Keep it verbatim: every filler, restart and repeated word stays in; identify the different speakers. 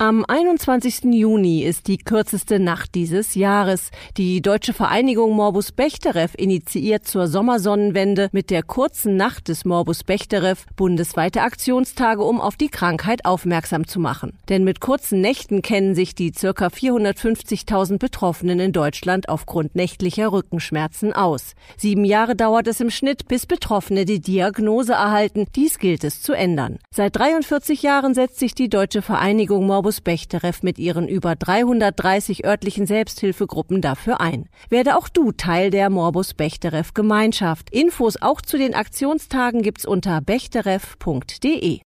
Speaker 1: Am einundzwanzigsten Juni ist die kürzeste Nacht dieses Jahres. Die Deutsche Vereinigung Morbus Bechterew initiiert zur Sommersonnenwende mit der kurzen Nacht des Morbus Bechterew bundesweite Aktionstage, um auf die Krankheit aufmerksam zu machen. Denn mit kurzen Nächten kennen sich die ca. vierhundertfünfzigtausend Betroffenen in Deutschland aufgrund nächtlicher Rückenschmerzen aus. Sieben Jahre dauert es im Schnitt, bis Betroffene die Diagnose erhalten. Dies gilt es zu ändern. Seit dreiundvierzig Jahren setzt sich die Deutsche Vereinigung Morbus Bechterew mit ihren über dreihundertdreißig örtlichen Selbsthilfegruppen dafür ein. Werde auch du Teil der Morbus Bechterew Gemeinschaft. Infos auch zu den Aktionstagen gibt's unter bechterew punkt de.